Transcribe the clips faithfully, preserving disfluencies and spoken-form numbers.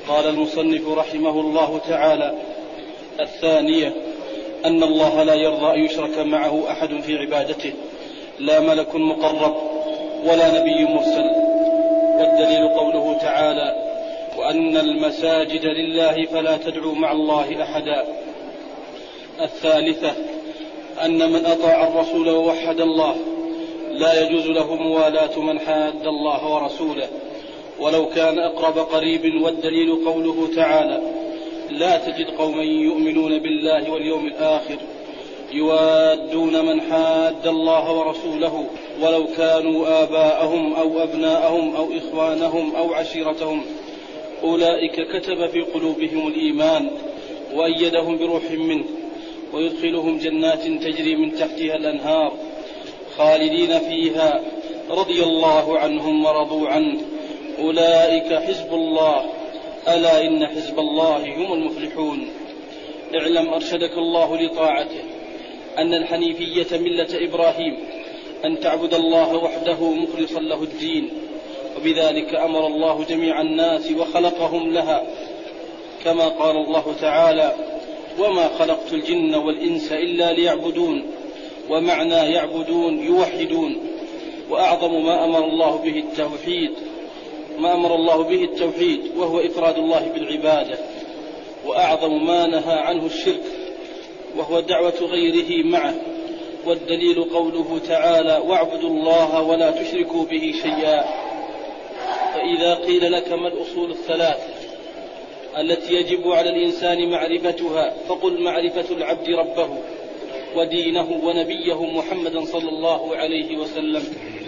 قال المصنف رحمه الله تعالى: الثانية أن الله لا يرضى أن يشرك معه أحد في عبادته، لا ملك مقرب ولا نبي مرسل، والدليل قوله تعالى: وأن المساجد لله فلا تدعوا مع الله أحدا. الثالثة أن من أطاع الرسول ووحد الله لا يجوز له موالاة من حاد الله ورسوله ولو كان أقرب قريب، والدليل قوله تعالى: لا تجد قوما يؤمنون بالله واليوم الآخر يوادون من حاد الله ورسوله ولو كانوا آباءهم أو أبناءهم أو إخوانهم أو عشيرتهم أولئك كتب في قلوبهم الإيمان وأيدهم بروح منه ويدخلهم جنات تجري من تحتها الأنهار خالدين فيها رضي الله عنهم ورضوا عنه أولئك حزب الله ألا إن حزب الله هم المفلحون. اعلم أرشدك الله لطاعته أن الحنيفية ملة إبراهيم، أن تعبد الله وحده مخلصا له الدين، وبذلك أمر الله جميع الناس وخلقهم لها، كما قال الله تعالى: وما خلقت الجن والإنس إلا ليعبدون، ومعنى يعبدون يوحدون. وأعظم ما أمر الله به التوحيد ما أمر الله به التوحيد وهو إفراد الله بالعبادة، وأعظم ما نهى عنه الشرك وهو دعوة غيره معه، والدليل قوله تعالى: واعبدوا الله ولا تشركوا به شيئا. فإذا قيل لك ما الأصول الثلاث التي يجب على الإنسان معرفتها، فقل: معرفة العبد ربه ودينه ونبيه محمدا صلى الله عليه وسلم.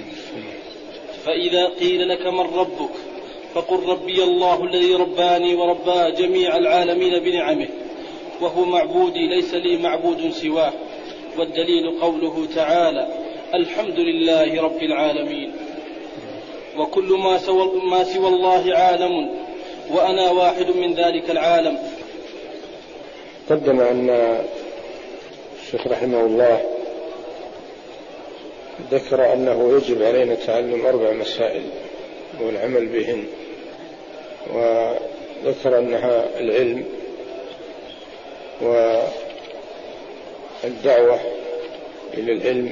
فإذا قيل لك من ربك، فقل: ربي الله الذي رباني وربى جميع العالمين بنعمه، وهو معبودي ليس لي معبود سواه، والدليل قوله تعالى: الحمد لله رب العالمين. وكل ما سوى, ما سوى الله عالم، وأنا واحد من ذلك العالم. قدم أن الشيخ رحمه الله ذكر أنه يجب علينا تعلم أربع مسائل والعمل بهن، وذكر أنها العلم والدعوة إلى العلم،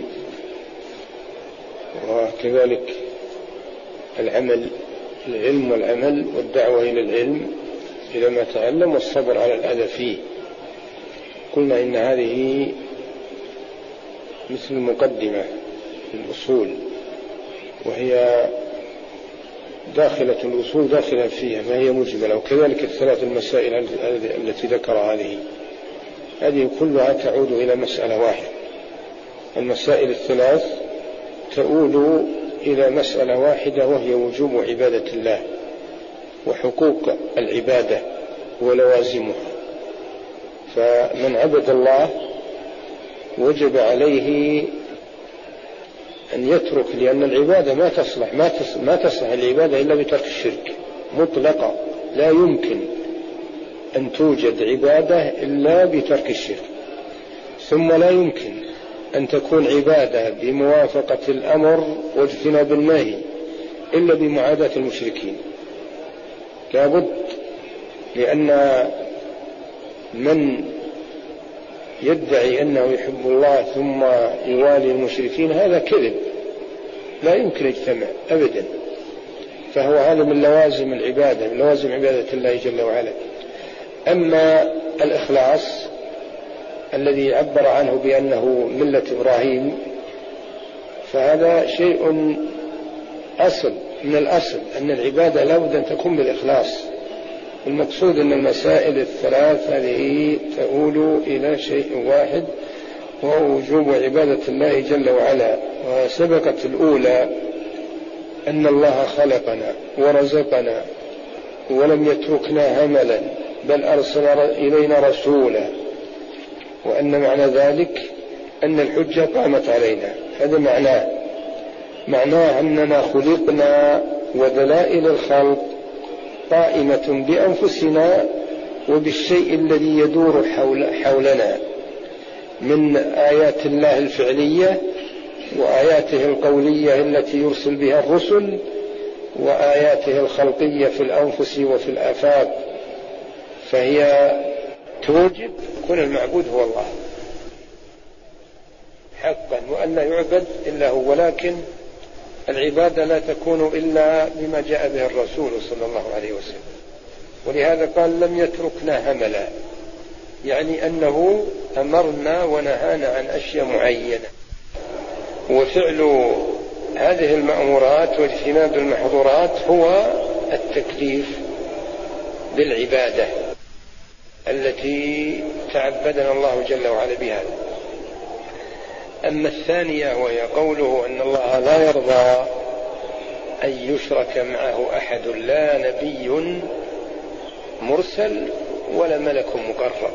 وكذلك العمل، العلم والعمل والدعوة إلى العلم إلى ما تعلم، والصبر على الأذى فيه. قلنا إن هذه مثل المقدمة في الأصول، وهي داخلة الأصول داخلة فيها ما هي مجملة، وكذلك الثلاث المسائل التي ذكرها هذه هذه كلها تعود إلى مسألة واحدة. المسائل الثلاث تؤول إلى مسألة واحدة، وهي وجوب عبادة الله وحقوق العبادة ولوازمها. فمن عبد الله وجب عليه أن يترك، لأن العبادة ما تصلح ما تصلح, ما تصلح العبادة إلا بترك الشرك مطلقا. لا يمكن أن توجد عبادة إلا بترك الشرك، ثم لا يمكن أن تكون عبادة بموافقة الأمر واجتناب النهي إلا بمعاداة المشركين. لابد، لأن من يدعي أنه يحب الله ثم يوالي المشركين هذا كذب، لا يمكن يجتمع أبدا. فهو هذا من لوازم العبادة، من لوازم عبادة الله جل وعلا. أما الإخلاص الذي عبر عنه بأنه ملة إبراهيم، فهذا شيء أصل من الأصل، أن العبادة لا بد أن تكون بالإخلاص. المقصود أن المسائل الثلاث هذه تؤول إلى شيء واحد، وهو وجوب عبادة الله جل وعلا. وسبقت الأولى أن الله خلقنا ورزقنا ولم يتركنا هملا، بل أرسل إلينا رسولا، وأن معنى ذلك أن الحجة قامت علينا. هذا معناه معناه أننا خلقنا، ودلائل الخلق قائمة بأنفسنا وبالشيء الذي يدور حول حولنا من آيات الله الفعلية وآياته القولية التي يرسل بها الرسل، وآياته الخلقية في الأنفس وفي الآفاق فهي توجب كون المعبود هو الله حقا وأن لا يعبد إلا هو، ولكن العبادة لا تكون إلا بما جاء به الرسول صلى الله عليه وسلم. ولهذا قال لم يتركنا هملا، يعني أنه أمرنا ونهانا عن أشياء معينة، وفعل هذه المأمورات واجتناب المحظورات هو التكليف بالعبادة التي تعبدنا الله جل وعلا بها. أما الثانية وهي قوله أن الله لا يرضى أن يشرك معه أحد، لا نبي مرسل ولا ملك مقرب،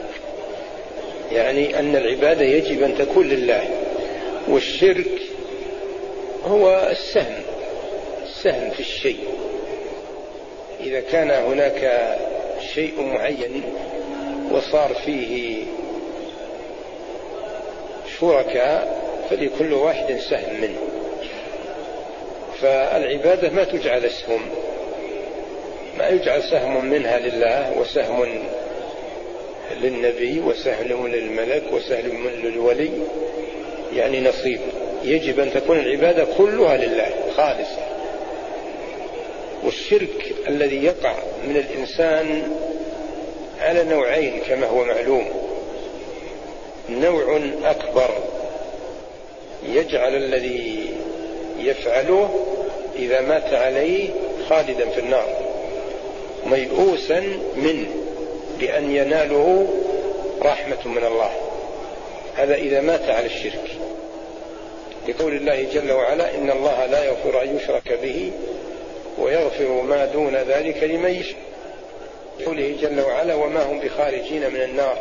يعني أن العبادة يجب أن تكون لله، والشرك هو السهم السهم في الشيء. إذا كان هناك شيء معين وصار فيه شركاء فلكل واحد سهم منه، فالعبادة ما تجعل سهم، ما يجعل سهم منها لله وسهم للنبي وسهم للملك وسهم للولي، يعني نصيب. يجب أن تكون العبادة كلها لله خالصة. والشرك الذي يقع من الإنسان على نوعين كما هو معلوم: نوع أكبر يجعل الذي يفعله إذا مات عليه خالدا في النار ميؤوسا منه بأن يناله رحمة من الله، هذا إذا مات على الشرك، لقول الله جل وعلا: إن الله لا يغفر أن يشرك به ويغفر ما دون ذلك لمن يشاء. قوله جل وعلا: وما هم بخارجين من النار.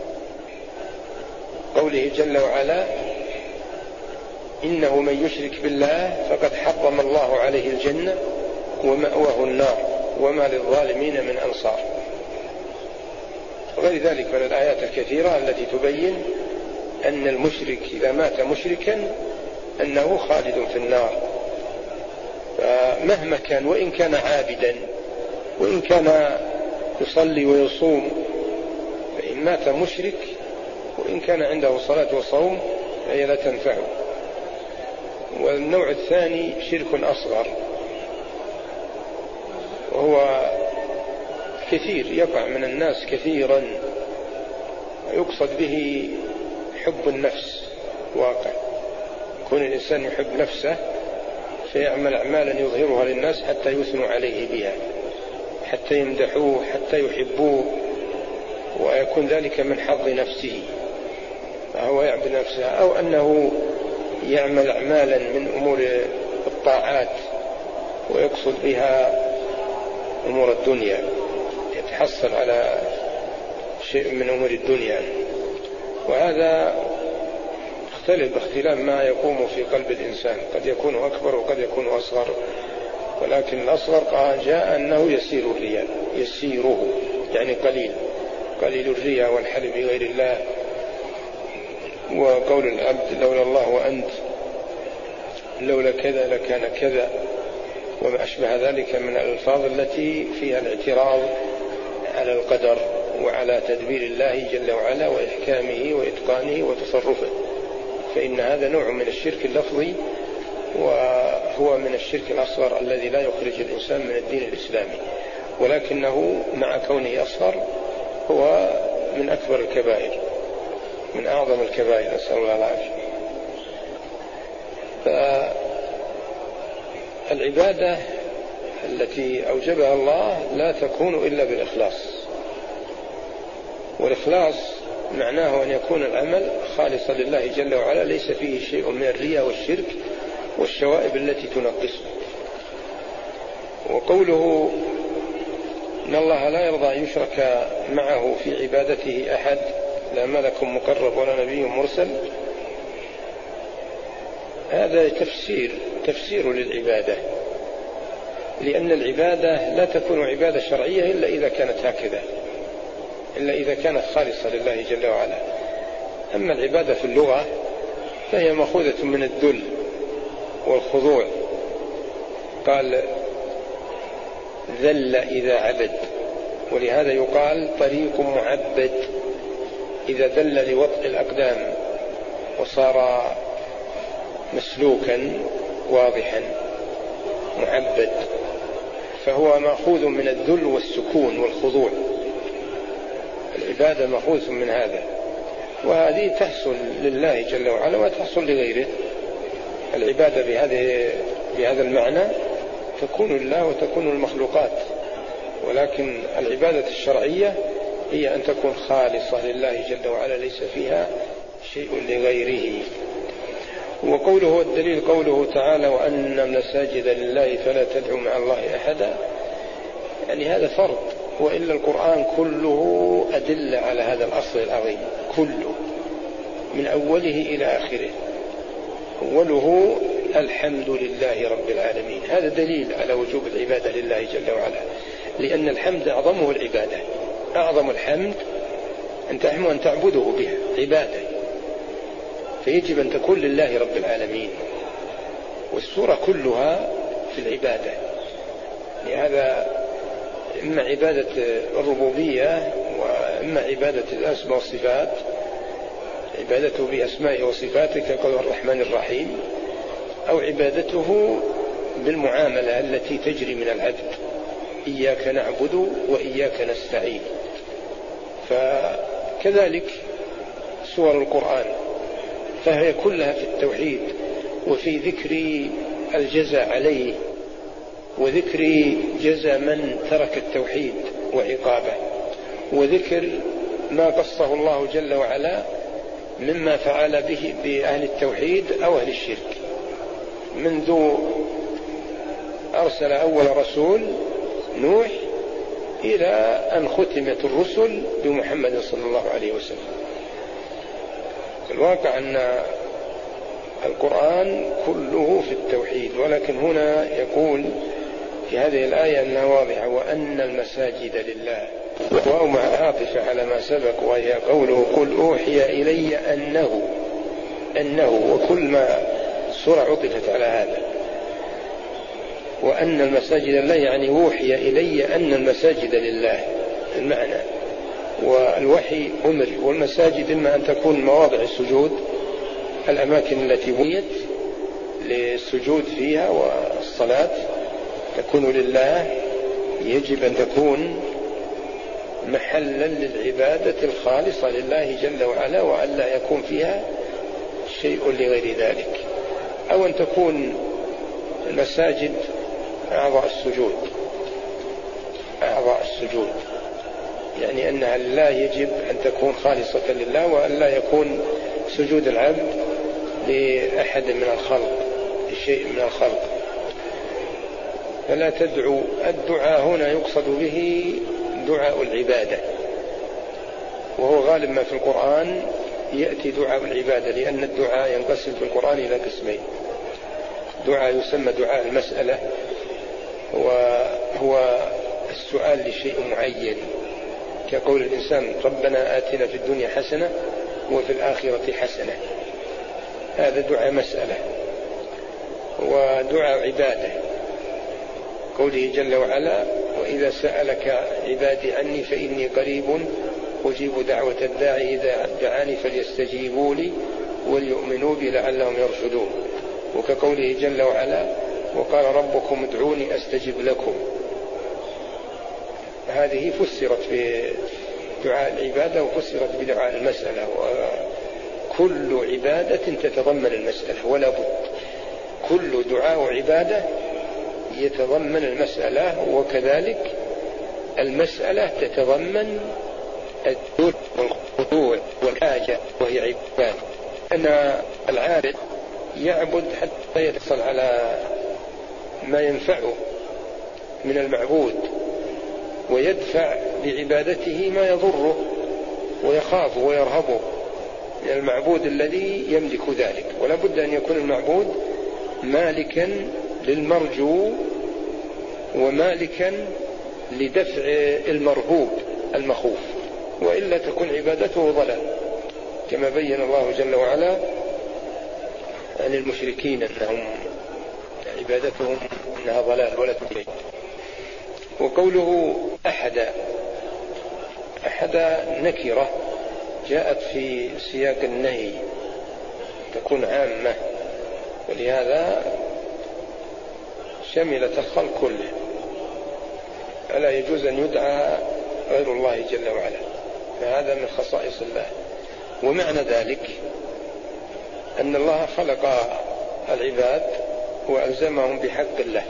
قوله جل وعلا: إنه من يشرك بالله فقد حرم الله عليه الجنة ومأواه النار وما للظالمين من أنصار. وغير ذلك من الآيات الكثيرة التي تبين أن المشرك إذا مات مشركا أنه خالد في النار. فمهما كان، وإن كان عابدا وإن كان يصلي ويصوم، فإن مات مشرك وإن كان عنده صلاة وصوم فهي لا تنفعه. والنوع الثاني شرك أصغر، وهو كثير يقع من الناس كثيرا، يقصد به حب النفس. واقع كون الإنسان يحب نفسه فيعمل أعمالا يظهرها للناس حتى يثنوا عليه بها، حتى يمدحوه، حتى يحبوه، ويكون ذلك من حظ نفسه فهو يعبد نفسه. أو أنه يعمل أعمالا من أمور الطاعات ويقصد بها أمور الدنيا، يتحصل على شيء من أمور الدنيا، وهذا يختلف باختلاف ما يقوم في قلب الإنسان، قد يكون أكبر وقد يكون أصغر، ولكن الأصغر قال جاء أنه يسير الرياء، يسيره يعني قليل قليل الرياء والحلف بغير الله، وقول العبد لولا الله وأنت، لولا كذا لكان كذا، وما أشبه ذلك من الألفاظ التي فيها الاعتراض على القدر وعلى تدبير الله جل وعلا وإحكامه وإتقانه وتصرفه. فإن هذا نوع من الشرك اللفظي، وهو من الشرك الأصغر الذي لا يخرج الإنسان من الدين الإسلامي، ولكنه مع كونه أصغر هو من أكبر الكبائر، من أعظم الكبائر، أسأل الله العافية. فالعبادة التي أوجبها الله لا تكون إلا بالإخلاص، والإخلاص معناه أن يكون العمل خالصا لله جل وعلا، ليس فيه شيء من الرياء والشرك والشوائب التي تنقصه. وقوله إن الله لا يرضى أن يشرك معه في عبادته أحد، لا ملك مقرب ولا نبي مرسل، هذا تفسير تفسير للعبادة، لأن العبادة لا تكون عبادة شرعية إلا إذا كانت هكذا، إلا إذا كانت خالصة لله جل وعلا. أما العبادة في اللغة فهي مأخوذة من الذل والخضوع، قال ذل إذا عبد ولهذا يقال طريق معبد إذا دل لوطء الأقدام وصار مسلوكا واضحا معبد، فهو مأخوذ من الذل والسكون والخضوع. العبادة مأخوذ من هذا، وهذه تحصل لله جل وعلا وتحصل لغيره. العبادة بهذه بهذا المعنى تكون لله وتكون المخلوقات، ولكن العبادة الشرعية هي أن تكون خالصة لله جل وعلا ليس فيها شيء لغيره. وقوله الدليل قوله تعالى وأن المساجد لله فلا تدعوا مع الله أحدا، يعني هذا فرض، وإلا القرآن كله أدل على هذا الأصل العظيم كله من أوله إلى آخره. أوله الحمد لله رب العالمين، هذا دليل على وجوب العبادة لله جل وعلا، لأن الحمد أعظمه العبادة. أعظم الحمد أن تحمد أن تعبده بها عبادة، فيجب أن تكون لله رب العالمين، والسورة كلها في العبادة. لهذا إما عبادة الربوبية وإما عبادة الأسماء والصفات، عبادته بأسمائه وصفاته كقول الرحمن الرحيم، أو عبادته بالمعاملة التي تجري من العبد، إياك نعبد وإياك نستعين. فكذلك سور القرآن فهي كلها في التوحيد وفي ذكر الجزاء عليه وذكر جزاء من ترك التوحيد وعقابه، وذكر ما قصه الله جل وعلا مما فعل به بأهل التوحيد أو أهل الشرك، منذ أرسل أول رسول نوح إلى أن ختمت الرسل بمحمد صلى الله عليه وسلم. الواقع أن القرآن كله في التوحيد، ولكن هنا يقول في هذه الآية أنها واضحة وأن المساجد لله، وهو مع عاطفة على ما سبق، وهي قوله قل أوحي إلي أنه أنه وكل ما سورة عطفت على هذا. وأن المساجد لله يعني أوحي إلي أن المساجد لله المعنى، والوحي أمر. والمساجد إما أن تكون مواضع السجود، الأماكن التي بنيت للسجود فيها والصلاة تكون لله، يجب أن تكون محلا للعبادة الخالصة لله جل وعلا، وأن لا يكون فيها شيء لغير ذلك. أو أن تكون المساجد أعضاء السجود أعضاء السجود يعني أنها لا يجب أن تكون خالصة لله، وأن لا يكون سجود العبد لأحد من الخلق لشيء من الخلق. فلا تدعو، الدعاء هنا يقصد به دعاء العبادة، وهو غالب ما في القرآن يأتي دعاء العبادة، لأن الدعاء ينقسم في القرآن إلى قسمين: دعاء يسمى دعاء المسألة، وهو السؤال لشيء معين، كقول الإنسان ربنا آتنا في الدنيا حسنة وفي الآخرة حسنة، هذا دعاء مسألة. ودعاء عبادة قوله جل وعلا وإذا سألك عبادي عني فإني قريب أجيب دعوة الداعي إذا دعاني فليستجيبوا لي وليؤمنوا بي لعلهم يرشدون. وكقوله جل وعلا وقال ربكم ادعوني أستجب لكم، هذه فسرت بدعاء العبادة وفسرت بدعاء المسألة، وكل عبادة تتضمن المسألة ولا بد، كل دعاء عبادة يتضمن المسألة، وكذلك المسألة تتضمن الذل والخضوع والحاجة وهي عبادة. أن العابد يعبد حتى يتصل على ما ينفعه من المعبود، ويدفع بعبادته ما يضره ويخاف ويرهبه من المعبود الذي يملك ذلك. ولا بد أن يكون المعبود مالكا للمرجو ومالكا لدفع المرهوب المخوف، وإلا تكون عبادته ضلال، كما بين الله جل وعلا عن المشركين أنهم عبادتهم أنها ضلال ولا تنفع. وقوله أحد المعاداة نكرة جاءت في سياق النهي تكون عامة، ولهذا شملت الخلق كله، ألا يجوز أن يدعى غير الله جل وعلا، فهذا من خصائص الله. ومعنى ذلك أن الله خلق العباد وألزمهم بحق الله،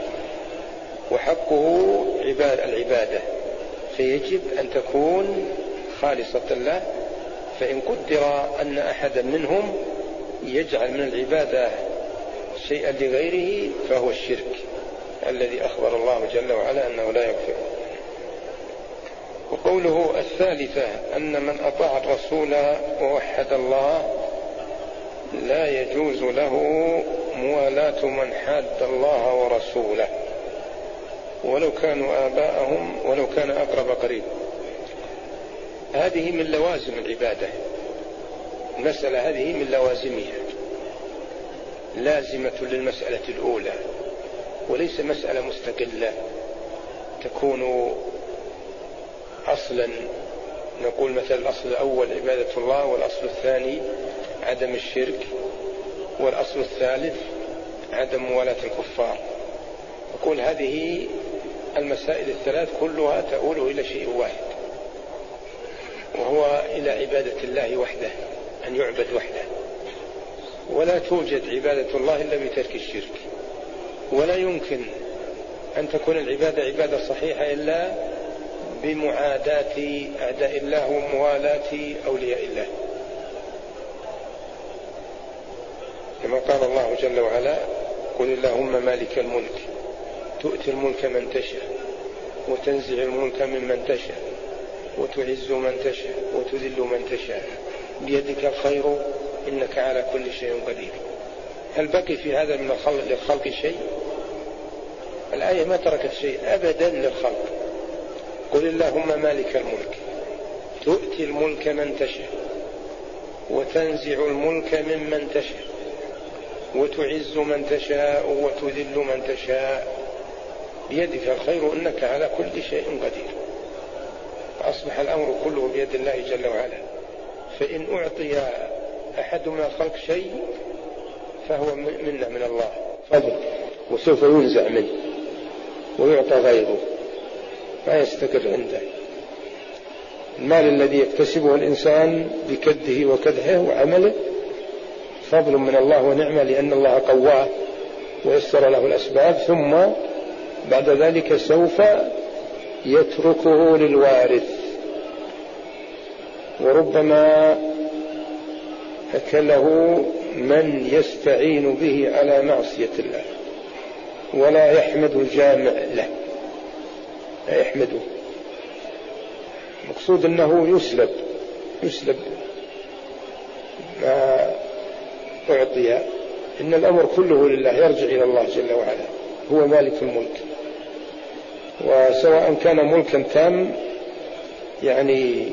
وحقه عباد العبادة، فيجب أن تكون خالصة له. فإن قدر أن أحدا منهم يجعل من العبادة شيئا لغيره فهو الشرك الذي أخبر الله جل وعلا أنه لا يغفر. وقوله الثالثة أن من أطاع الرسول ووحد الله لا يجوز له موالاة من حاد الله ورسوله ولو كانوا آباءهم ولو كان أقرب قريب. هذه من لوازم العبادة، المسألة هذه من لوازمها، لازمة للمسألة الأولى، وليس مسألة مستقلة تكون أصلا. نقول مثلا الأصل الأول عبادة الله، والأصل الثاني عدم الشرك، والأصل الثالث عدم موالاة الكفار. نقول هذه المسائل الثلاث كلها تؤول إلى شيء واحد، وهو إلى عبادة الله وحده، أن يعبد وحده، ولا توجد عبادة الله إلا بترك الشرك، ولا يمكن أن تكون العبادة عبادة صحيحة إلا بمعاداة أعداء الله وموالاة أولياء الله، كما قال الله جل وعلا: قل اللهم مالك الملك تؤتي الملك من تشاء وتنزع الملك ممن تشاء وتعز من تشاء وتذل من تشاء بيدك الخير إنك على كل شيء قدير. هل بقي في هذا من الخلق للخلق شيء؟ الآية ما تركت شيء أبدا للخلق. قل اللهم مالك الملك تؤتي الملك من تشاء وتنزع الملك ممن تشاء وتعز من تشاء وتذل من تشاء بيدك الخير إنك على كل شيء قدير. أصبح الأمر كله بيد الله جل وعلا، فإن أعطي أحد من الخلق شيء فهو منا من الله فضل، وسوف ينزع منه ويعطى غيره، ما يستقر عنده. المال الذي يكتسبه الإنسان بكده وكدحه وعمله فضل من الله ونعمة، لأن الله قواه ويسر له الأسباب، ثم بعد ذلك سوف يتركه للوارث، وربما أكله من يستعين به على معصية الله ولا يحمد الجامع له، لا يحمده. مقصود أنه يسلب يسلب ما أعطي. إن الأمر كله لله، يرجع إلى الله جل وعلا، هو مالك الملك. وسواء كان ملكا تام يعني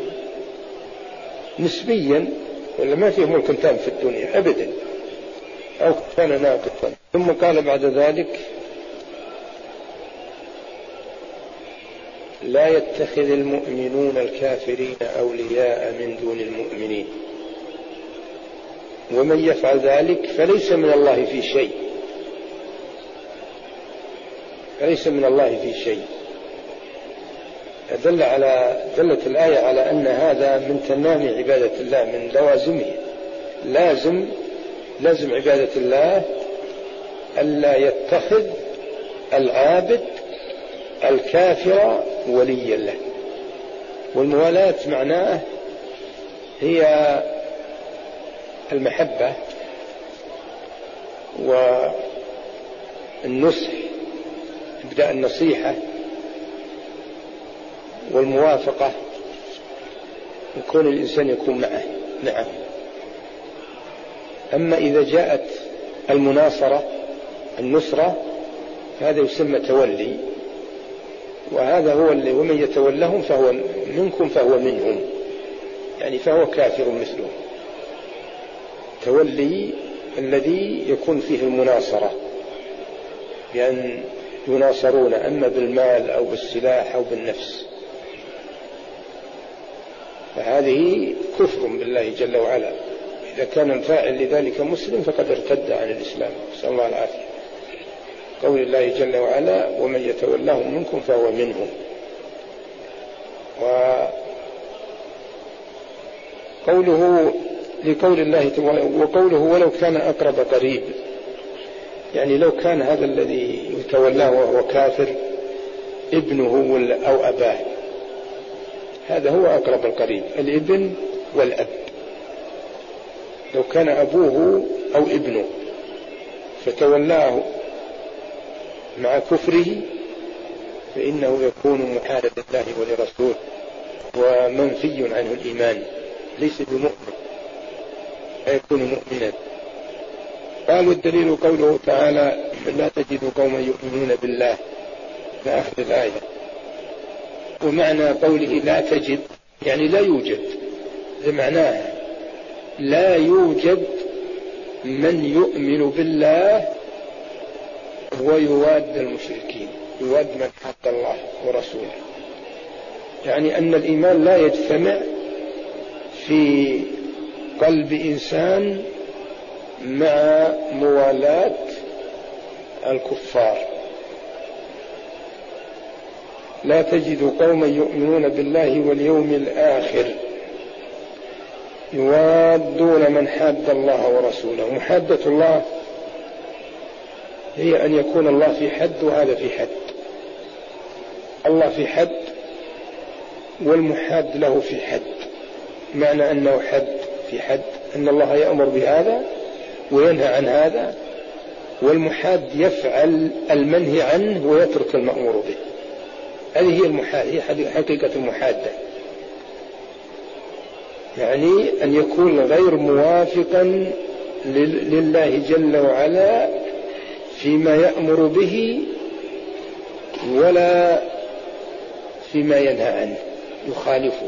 نسبيا، ولا ما فيه ملك تام في الدنيا أبدا، أو كان ناقصا. ثم قال بعد ذلك: لا يتخذ المؤمنون الكافرين أولياء من دون المؤمنين، ومن يفعل ذلك فليس من الله في شيء، فليس من الله في شيء. دل على دلت الآية على أن هذا من تمام عبادة الله، من لوازمه. لازم لازم عبادة الله ألا يتخذ العابد الكافر وليا له. والموالاة معناه هي المحبة والنصح، ابدأ النصيحة والموافقة، يكون الإنسان يكون معه نعم. أما إذا جاءت المناصرة النصرة هذا يسمى تولي، وهذا هو اللي ومن يتولهم فهو منكم فهو منهم، يعني فهو كافر مثله. تولي الذي يكون فيه المناصرة، بأن يناصرون أما بالمال أو بالسلاح أو بالنفس. فهذه كفر بالله جل وعلا. إذا كان الفاعل لذلك مسلم فقد ارتد عن الإسلام، نسأل الله العافية. قول الله جل وعلا: ومن يتولهم منكم فهو منهم. وقوله لقول الله وقوله ولو كان أقرب قريب، يعني لو كان هذا الذي يتولاه وهو كافر ابنه أو أباه، هذا هو أقرب القريب، الابن والأب. لو كان أبوه أو ابنه فتولاه مع كفره فإنه يكون محارب الله ولرسوله ومنفي عنه الإيمان، ليس بمؤمن، لا يكون مؤمنا. قالوا الدليل قوله تعالى: لا تجد قوما يؤمنون بالله، لآخر الآية. ومعنى قوله لا تجد يعني لا يوجد، بمعناه لا يوجد من يؤمن بالله ويواد المشركين، يواد من حق الله ورسوله. يعني أن الإيمان لا يجتمع في قلب إنسان مع موالاة الكفار. لا تجد قوما يؤمنون بالله واليوم الآخر يوادون من حاد الله ورسوله. محادة الله هي أن يكون الله في حد وهذا في حد، الله في حد والمحاد له في حد. معنى أنه حد في حد أن الله يأمر بهذا وينهى عن هذا، والمحاد يفعل المنهي عنه ويترك المأمور به. هذه هي المحاد، هي حقيقة المحادة، يعني أن يكون غير موافقا لله جل وعلا فيما يأمر به ولا فيما ينهى عنه، يخالفه.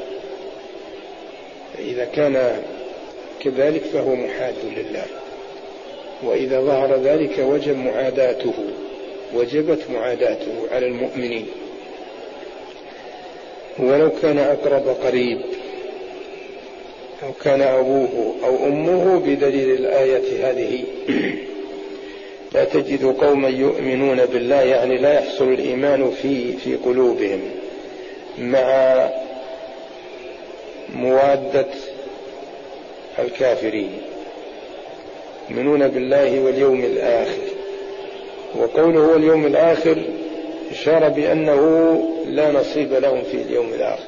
إذا كان كذلك فهو محاد لله، وإذا ظهر ذلك وجب معاداته، وجبت معاداته على المؤمنين. ولو كان أقرب قريب أو كان أبوه أو أمه بدليل الآية هذه. لا تجد قوما يؤمنون بالله يعني لا يحصل الإيمان في في قلوبهم مع موادة الكافرين، يؤمنون بالله واليوم الآخر. وقوله واليوم الآخر إشارة بأنه لا نصيب لهم في اليوم الآخر،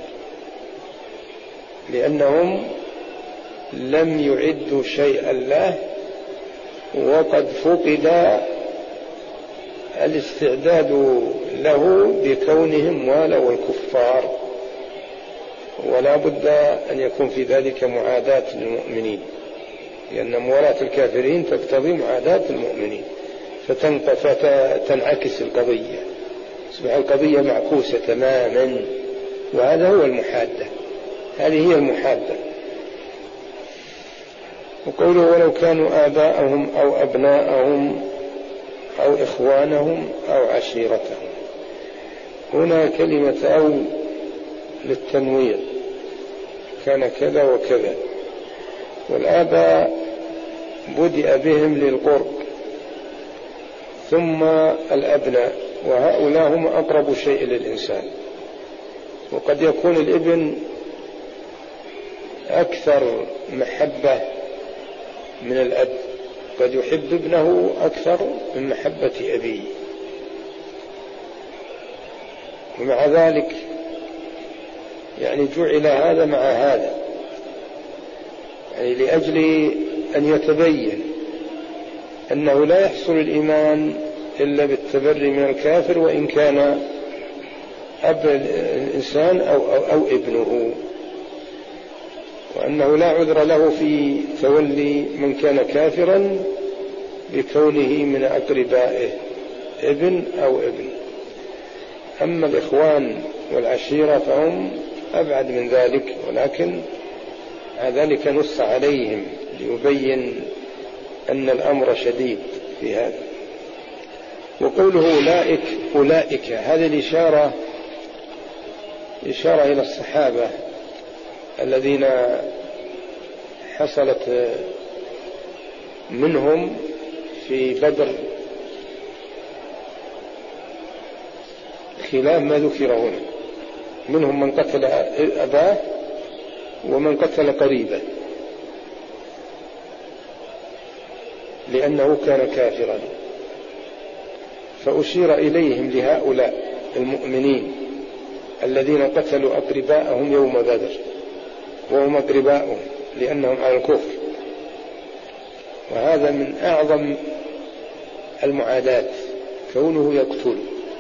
لأنهم لم يعدوا شيئا له، وقد فقد الاستعداد له بكونهم والوا الكفار، ولا بد أن يكون في ذلك معاداة للمؤمنين، لأن موالاة الكافرين تقتضي معاداة المؤمنين، فتنعكس القضية، تصبح القضية معكوسة تماما. وهذا هو المحادة، هذه هي المحادة. وقوله ولو كانوا آباءهم أو أبناءهم أو إخوانهم أو عشيرتهم، هنا كلمة أو للتنوير، كان كذا وكذا. والآباء بدأ بهم للقرب، ثم الأبناء، وهؤلاء هم أقرب شيء للإنسان. وقد يكون الابن أكثر محبة من الأب، قد يحب ابنه أكثر من محبة أبيه، ومع ذلك يعني جعل هذا مع هذا، يعني لأجل أن يتبين أنه لا يحصل الإيمان إلا بالتبري من الكافر، وإن كان أب الإنسان أو, أو, أو ابنه، وأنه لا عذر له في تولي من كان كافرا بكونه من أقربائه ابن أو ابن. أما الإخوان والعشيرة فهم أبعد من ذلك، ولكن ذلك نص عليهم ليبين أن الأمر شديد في هذا. وقوله أولئك أولئك هذه الإشارة إشارة إلى الصحابة الذين حصلت منهم في بدر خلاف ما ذكر هنا، منهم من قتل أباه ومن قتل قريبه لأنه كان كافرا، فأشير إليهم لهؤلاء المؤمنين الذين قتلوا أقرباءهم يوم بدر، وهم أقرباءهم لأنهم على الكفر. وهذا من أعظم المعاداة، كونه يقتل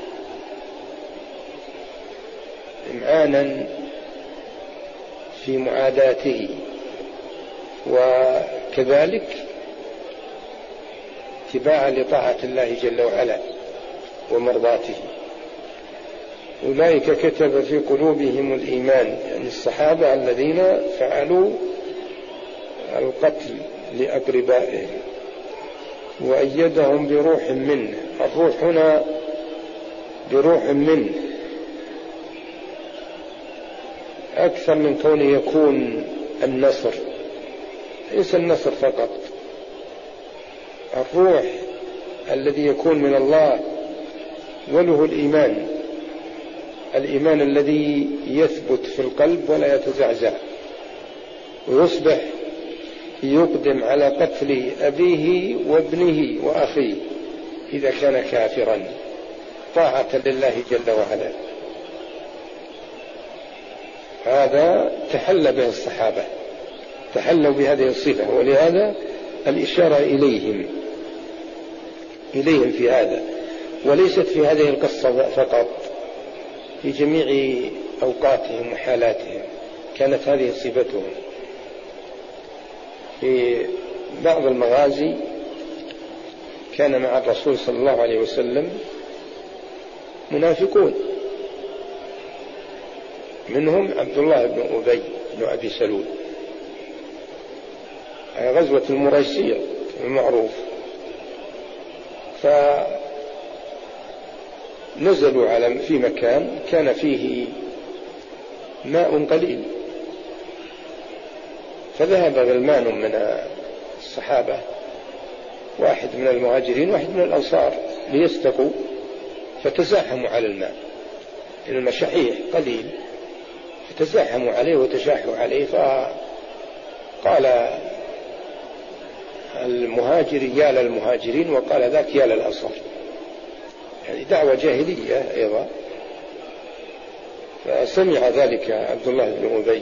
إمعانا في معاداته، وكذلك اتباعا لطاعة الله جل وعلا ومرضاته. أولئك كتب في قلوبهم الإيمان، يعني الصحابة الذين فعلوا القتل لأقربائهم، وأيدهم بروح منه. الروح هنا بروح منه أكثر من كونه يكون النصر، ليس النصر فقط، الروح الذي يكون من الله، وله الإيمان، الإيمان الذي يثبت في القلب ولا يتزعزع، ويصبح يقدم على قتل أبيه وابنه وأخيه إذا كان كافرا طاعة لله جل وعلا. هذا تحلى به الصحابة، تحلوا بهذه الصفة، ولهذا الإشارة إليهم إليهم في هذا، وليست في هذه القصة فقط، في جميع أوقاتهم وحالاتهم كانت هذه صفتهم. في بعض المغازي كان مع الرسول صلى الله عليه وسلم منافقون، منهم عبد الله بن أبي بن أبي سلول، غزوة المريسية المعروف. فنزلوا على في مكان كان فيه ماء قليل، فذهب غلمان من الصحابة، واحد من المهاجرين واحد من الأنصار، ليستقوا، فتزاحموا على الماء، الماء شحيح قليل، فتزاحموا عليه وتشاحوا عليه. فقال المهاجر يا للمهاجرين، وقال ذاك يا للأنصار، يعني دعوة جاهلية أيضا. فسمع ذلك عبد الله بن أبي،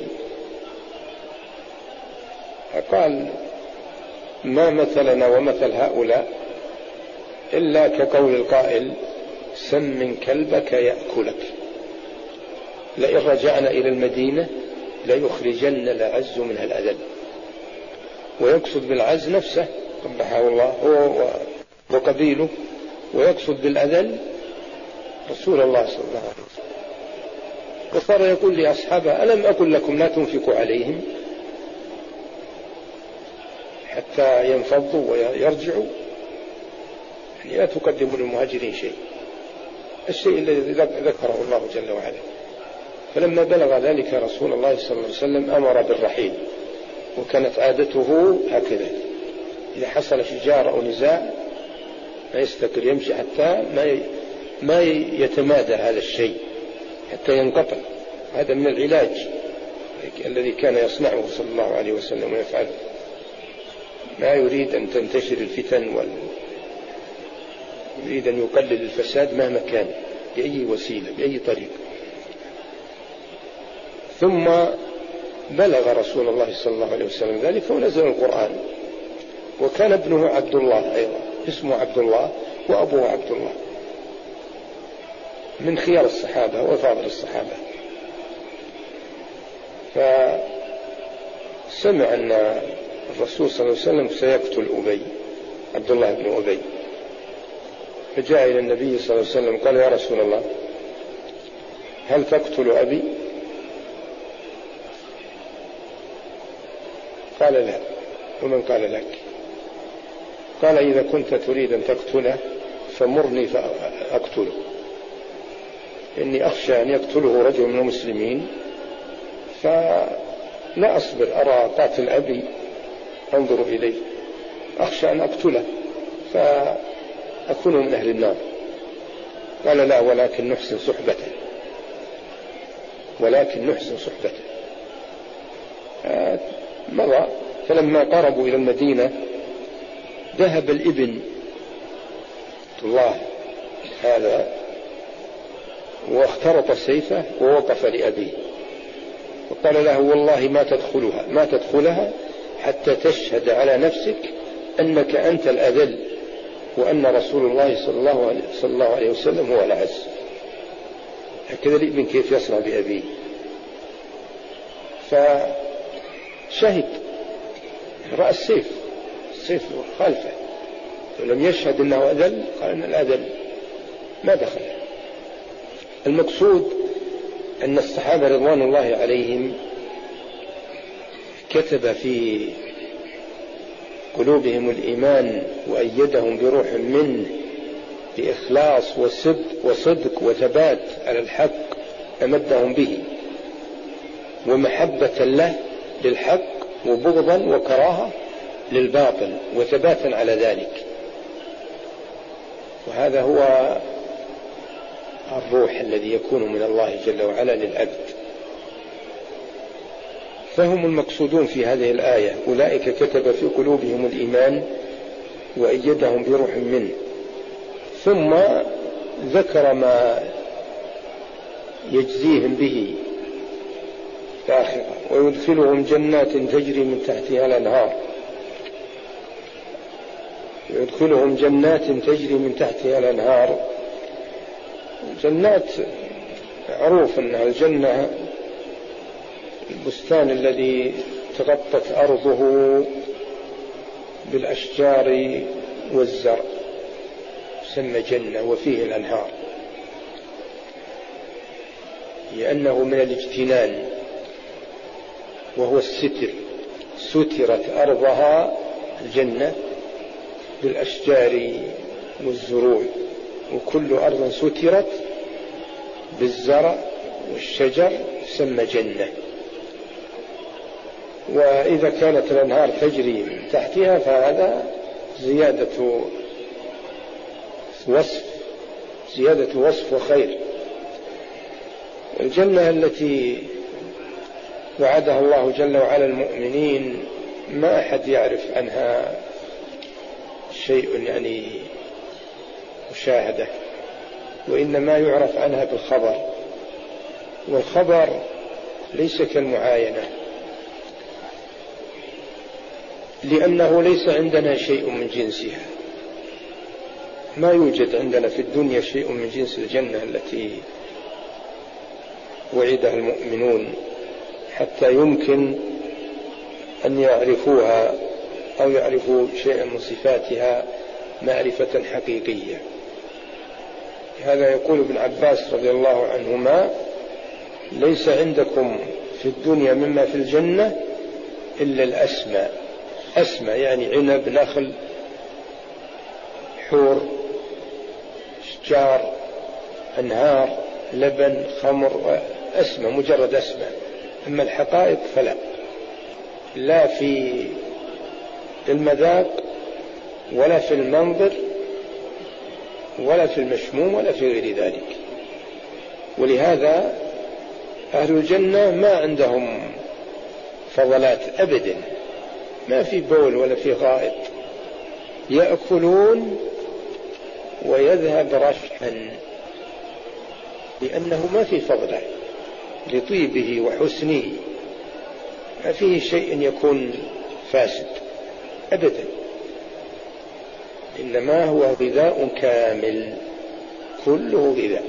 فقال ما مثلنا ومثل هؤلاء إلا كقول القائل سمن كلبك يأكلك، لئن رجعنا إلى المدينة ليخرجن الأعز منها الأذل. ويقصد بالعز نفسه قبحه الله هو وقبيله، ويقصد بالأذل رسول الله صلى الله عليه وسلم. وصار يقول لأصحابه ألم أقل لكم لا تنفقوا عليهم حتى ينفضوا ويرجعوا، يعني لا تقدموا للمهاجرين شيء، الشيء الذي ذكره الله جل وعلا. فلما بلغ ذلك رسول الله صلى الله عليه وسلم أمر بالرحيل، وكانت عادته هكذا، إذا حصل شجار أو نزاع ما يستقر، يمشي حتى ما ما يتمادى هذا الشيء حتى ينقطع. هذا من العلاج الذي كان يصنعه صلى الله عليه وسلم ويفعله، ما يريد أن تنتشر الفتن وال... يريد أن يقلل الفساد مهما كان، بأي وسيلة بأي طريقة. ثم بلغ رسول الله صلى الله عليه وسلم ذلك ونزل القرآن، وكان ابنه عبد الله أيضا، اسمه عبد الله وأبوه عبد الله، من خيار الصحابة وفاضل الصحابة. فسمع أن الرسول صلى الله عليه وسلم سيقتل أبي عبد الله بن أبي، فجاء إلى النبي صلى الله عليه وسلم قال يا رسول الله هل تقتل أبي؟ قال لا. ومن قال لك؟ قال إذا كنت تريد أن تقتله فمرني فأقتله، إني أخشى أن يقتله رجل من المسلمين لا أصبر أرى قاتل أبي أنظر إليه أخشى أن أقتله فأكون من أهل النار. قال لا، ولكن نحسن صحبته، ولكن نحسن صحبته. مضى، فلما قربوا إلى المدينة ذهب الابن الله هذا واخترط سيفه ووقف لأبيه وقال له والله ما تدخلها ما تدخلها حتى تشهد على نفسك أنك أنت الأذل وأن رسول الله صلى الله عليه, صلى الله عليه وسلم هو الأعز. هكذا الابن كيف يصنع بأبيه. فشهد، رأى السيف السيف خالفه، ولم يشهد أنه أذل، قال أن الأذل ما دخل. المقصود أن الصحابة رضوان الله عليهم كتب في قلوبهم الإيمان وأيدهم بروح منه بإخلاص وصدق, وصدق وثبات على الحق أمدهم به، ومحبة له للحق وبغضا وكراهة للباطل وثباتا على ذلك. وهذا هو الروح الذي يكون من الله جل وعلا للعبد. فهم المقصودون في هذه الآية، أولئك كتب في قلوبهم الإيمان وأيدهم بروح منه. ثم ذكر ما يجزيهم به الآخرة، ويدخلهم جنات تجري من تحتها الأنهار يدخلهم جنات تجري من تحتها الأنهار. جنات معروف أنها الجنة البستان الذي تغطت أرضه بالأشجار والزرع سمى جنة، وفيه الأنهار، لأنه من الاجتنان وهو الستر. سترت أرضها الجنة بالأشجار والزروع، وكل أرض سترت بالزرع والشجر سمى جنة. وإذا كانت الأنهار تجري من تحتها فهذا زيادة وصف زيادة وصف وخير. الجنة التي وعدها الله جل وعلا المؤمنين ما أحد يعرف عنها شيء يعني مشاهدة، وإنما يعرف عنها بالخبر، والخبر ليس كالمعاينة، لأنه ليس عندنا شيء من جنسها. ما يوجد عندنا في الدنيا شيء من جنس الجنة التي وعدها المؤمنون حتى يمكن أن يعرفوها أو يعرفوا شيئا من صفاتها معرفة حقيقية. هذا يقول ابن عباس رضي الله عنهما: ليس عندكم في الدنيا مما في الجنة إلا الأسمى. أسمى يعني عنب، نخل، حور، شجار، أنهار، لبن، خمر، أسمى، مجرد أسمى. أما الحقائق فلا، لا في المذاق ولا في المنظر ولا في المشموم ولا في غير ذلك. ولهذا أهل الجنة ما عندهم فضلات أبدا، ما في بول ولا في غائط، يأكلون ويذهب رشحا، لأنه ما في فضله لطيبه وحسنه، ما فيه شيء يكون فاسد أبدا، إنما هو غذاء كامل كله غذاء.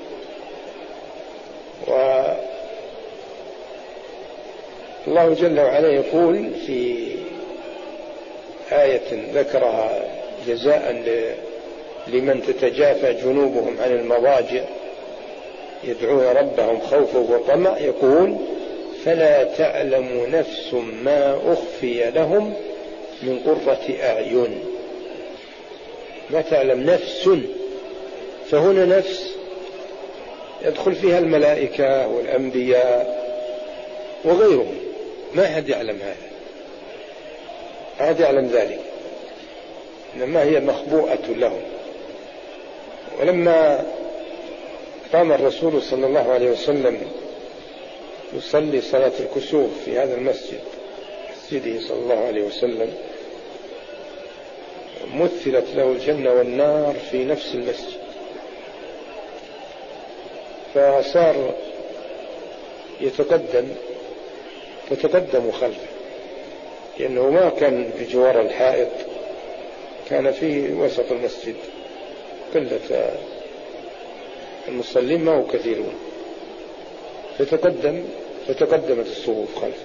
والله جل وعلا يقول في آية ذكرها جزاء لمن تتجافى جنوبهم عن المضاجع يدعون ربهم خوفا وطمعا، يقول: فلا تعلم نفس ما أخفي لهم من قرة أعين. ما تعلم نفس، فهنا نفس يدخل فيها الملائكة والأنبياء وغيرهم، ما أحد يعلم هذا، أحد يعلم ذلك، إنما هي مخبوءة لهم. ولما قام الرسول صلى الله عليه وسلم يصلي صلاة الكسوف في هذا المسجد، مسجده صلى الله عليه وسلم، مثلت له الجنة والنار في نفس المسجد، فصار يتقدم فتقدموا خلفه، لأنه ما كان بجوار الحائط، كان في وسط المسجد، قلة المصلين ما هو كثيرون، فتقدم فتقدمت الصفوف خلفه،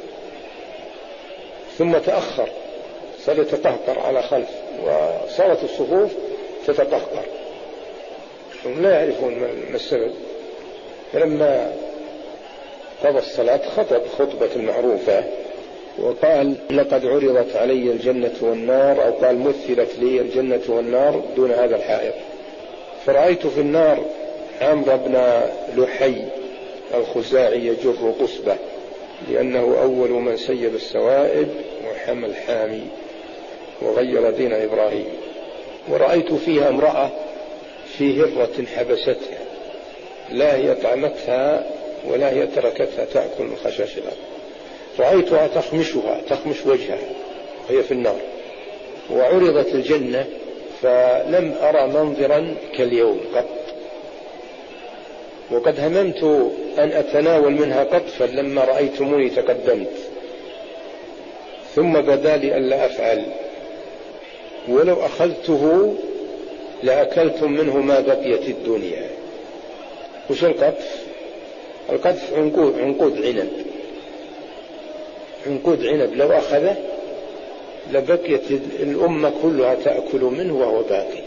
ثم تأخر، صار يتقهقر على خلف، وصارت الصفوف تتقهقر، هم لا يعرفون ما السبب. فلما قضى الصلاة خطب خطبة المعروفة وقال: لقد عرضت علي الجنة والنار، أو قال: مثلت لي الجنة والنار دون هذا الحائط، فرأيت في النار عمرو بن لحي الخزاعي يجر قصبة، لأنه أول من سيب السوائب وحمى الحامي وغير دين إبراهيم. ورأيت فيها امرأة في هرة حبستها، لا هي طعمتها ولا هي تركتها تأكل من خشاش الأرض، رأيتها تخمشها تخمش وجهها وهي في النار. وعرضت الجنة فلم أرى منظرا كاليوم قط، وقد هممت أن أتناول منها قطفا لما رأيتموني تقدمت، ثم بدا لي ألا أفعل، ولو أخذته لأكلتم منه ما بقيت الدنيا. وش القطف؟ القطف عنقود, عنقود عنب عنقود عنب لو أخذه لبقيت الأمة كلها تأكل منه وهو باقي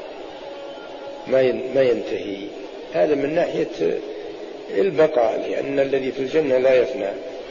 ما ينتهي. هذا من ناحية البقاء، لأن الذي في الجنة لا يفنى.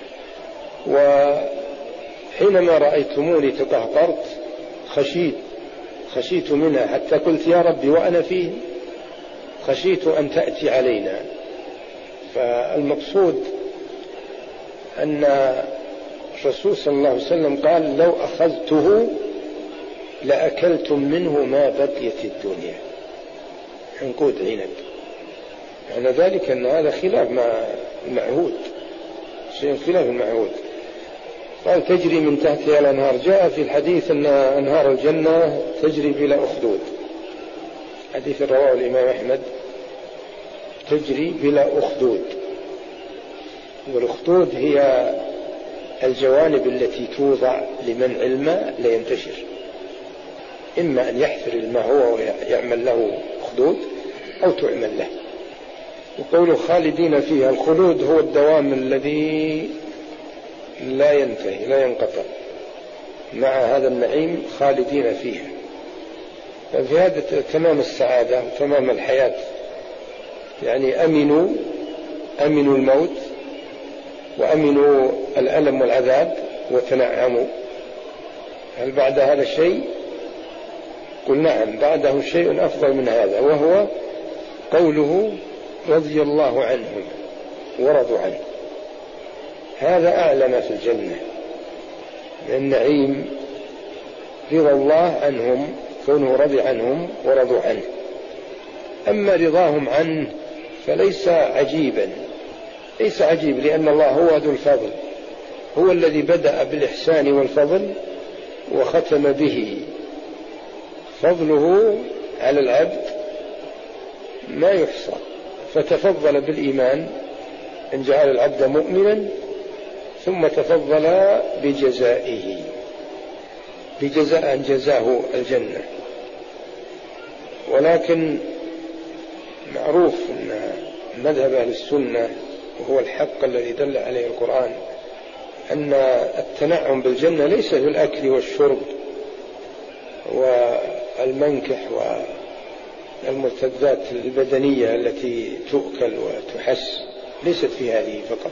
وحينما رأيتموني تقهقرت خشيت خشيت منها، حتى قلت: يا ربي وأنا فيه، خشيت أن تأتي علينا. فالمقصود أن الرسول صلى الله عليه وسلم قال: لو أخذته لأكلتم منه ما بقيت الدنيا، عنقود عنب. معنى ذلك أن هذا خلاف مع المعهود، شيء خلاف المعهود. قال: تجري من تحتها الأنهار. جاء في الحديث أن أنهار الجنة تجري بلا أخدود، حديث رواه الإمام أحمد، تجري بلا أخدود. والأخدود هي الجوانب التي توضع لمنع الماء لا ينتشر، إما أن يحفر الماء هو ويعمل له أخدود، أو تعمل له. وقوله خالدين فيها، الخلود هو الدوام الذي لا ينتهي لا ينقطع، مع هذا النعيم خالدين فيها. ففي هذا تمام السعادة وتمام الحياة، يعني أمنوا أمنوا الموت وأمنوا الألم والعذاب وتنعموا. هل بعد هذا الشيء؟ قل نعم، بعده شيء أفضل من هذا، وهو قوله: رضي الله عنهم ورضوا عنه. هذا أعلى ما في الجنة من النعيم، رضا الله عنهم، كونه رضي عنهم ورضوا عنه. أما رضاهم عنه فليس عجيبا، ليس عجيب، لأن الله هو ذو الفضل، هو الذي بدأ بالإحسان والفضل وختم به. فضله على العبد ما يحصى، فتفضل بالإيمان أن جعل العبد مؤمنا، ثم تفضل بجزائه، بجزاء جزاه الجنة. ولكن معروف أن مذهب أهل السنة، وهو الحق الذي دل عليه القرآن، أن التنعم بالجنة ليس في الأكل والشرب والمنكح والملتذات البدنية التي تؤكل وتحس، ليست في هذه فقط،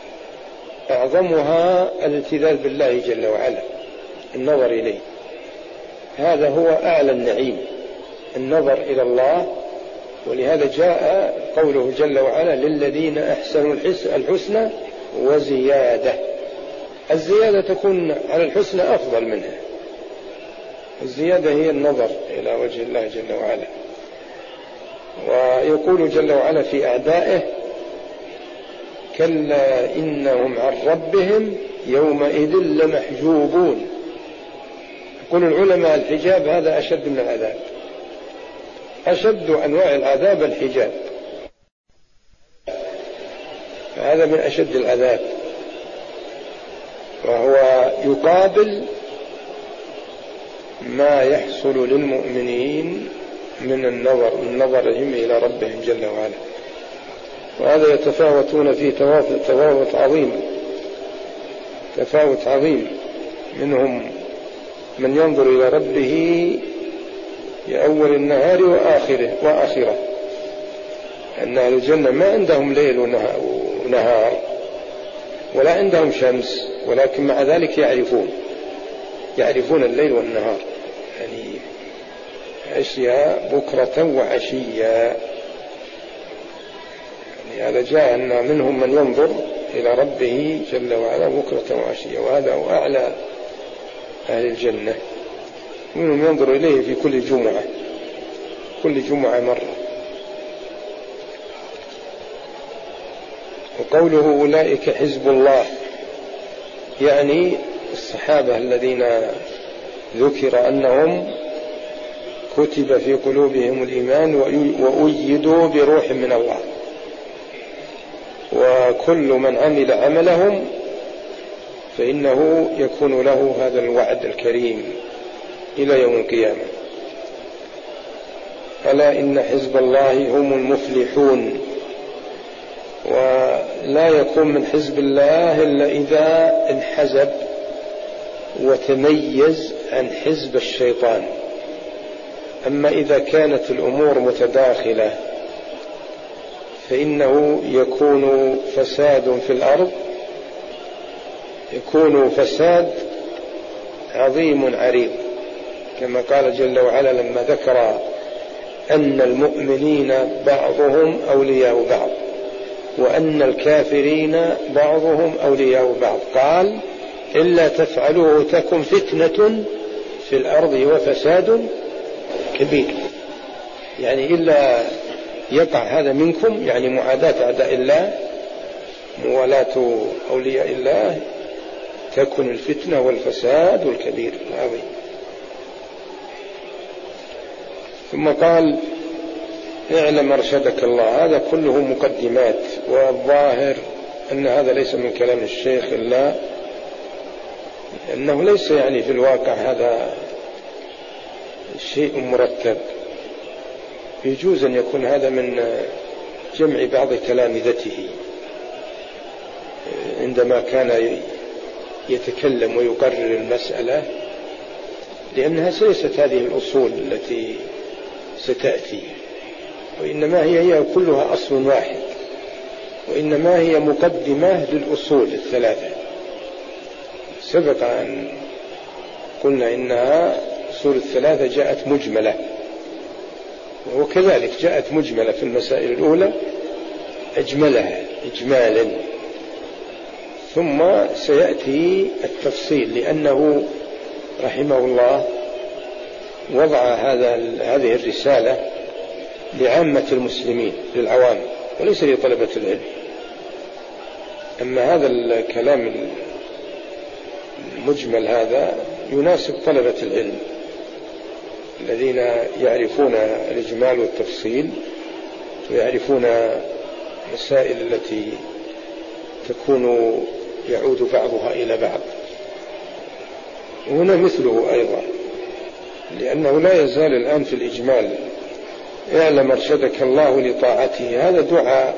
أعظمها الالتذاذ بالله جل وعلا، النظر إليه. هذا هو أعلى النعيم، النظر إلى الله. ولهذا جاء قوله جل وعلا: للذين أحسنوا الحسنى وزيادة. الزيادة تكون على الحسنى أفضل منها. الزيادة هي النظر إلى وجه الله جل وعلا. ويقول جل وعلا في أعدائه كلا إنهم عن ربهم يومئذ لمحجوبون. يقول العلماء الحجاب هذا أشد من العذاب، أشد أنواع العذاب الحجاب، هذا من أشد العذاب، وهو يقابل ما يحصل للمؤمنين من النظر من نظرهم إلى ربهم جل وعلا. وهذا يتفاوتون فيه تفاوت عظيم تفاوت عظيم منهم من ينظر إلى ربه في أول النهار وآخره وآخره. أن أهل الجنة ما عندهم ليل ونهار ولا عندهم شمس، ولكن مع ذلك يعرفون يعرفون الليل والنهار، يعني أشياء بكرة وعشية. يعني هذا جاء أن منهم من ينظر إلى ربه جل وعلا بكرة وعشية، وهذا هو أعلى أهل الجنة. منهم ينظر إليه في كل جمعة كل جمعة مرة. وقوله أولئك حزب الله، يعني الصحابة الذين ذكر أنهم كتب في قلوبهم الإيمان وأيدوا بروح من الله، وكل من عمل عملهم فإنه يكون له هذا الوعد الكريم إلى يوم القيامة. ألا إن حزب الله هم المفلحون. ولا يكون من حزب الله إلا إذا انحزب وتميز عن حزب الشيطان. أما إذا كانت الأمور متداخلة فإنه يكون فساد في الأرض، يكون فساد عظيم عريض، كما قال جل وعلا لما ذكر أن المؤمنين بعضهم أولياء بعض وأن الكافرين بعضهم أولياء بعض، قال إلا تفعلوه تكن فتنة في الأرض وفساد كبير. يعني إلا يقع هذا منكم، يعني معاداة أعداء الله، موالاة أولياء الله، تكن الفتنة والفساد الكبير العظيم. ثم قال اعلم أرشدك الله. هذا كله مقدمات، والظاهر أن هذا ليس من كلام الشيخ إلا أنه ليس يعني في الواقع هذا شيء مرتب. يجوز أن يكون هذا من جمع بعض تلامذته عندما كان يتكلم ويقرر المسألة، لأنها ليست هذه الأصول التي ستأتي، وإنما هي, هي كلها أصل واحد، وإنما هي مقدمة للأصول الثلاثة. سبق أن قلنا إنها أصول الثلاثة جاءت مجملة، وكذلك جاءت مجملة في المسائل الأولى، أجملها إجمالا، ثم سيأتي التفصيل، لأنه رحمه الله وضع هذا هذه الرسالة لعامة المسلمين للعوام وليس لطلبة العلم. أما هذا الكلام المجمل هذا يناسب طلبة العلم الذين يعرفون الإجمال والتفصيل ويعرفون مسائل التي تكون يعود بعضها إلى بعض. وهنا مثله أيضا، لأنه لا يزال الآن في الإجمال. اعلم أرشدك الله لطاعته، هذا دعاء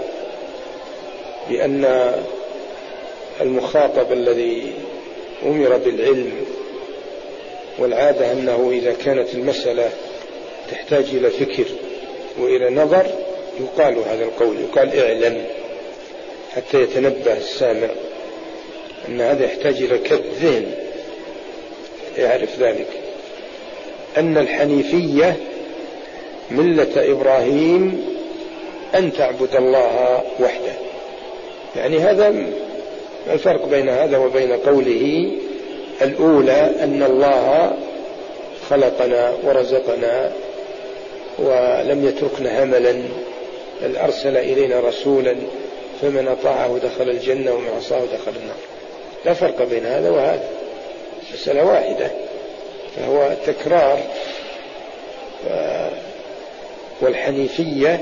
بأن المخاطب الذي أمر بالعلم، والعادة أنه إذا كانت المسألة تحتاج إلى فكر وإلى نظر يقال هذا القول، يقال اعلم، حتى يتنبه السامع أن هذا يحتاج إلى كد ذهن يعرف ذلك. أن الحنيفية ملة إبراهيم أن تعبد الله وحده، يعني هذا الفرق بين هذا وبين قوله الأولى أن الله خلقنا ورزقنا ولم يتركنا هملا، بل أرسل إلينا رسولا فمن أطاعه دخل الجنة ومن عصاه دخل النار. لا فرق بين هذا وهذا، مسألة واحدة، فهو تكرار. والحنيفية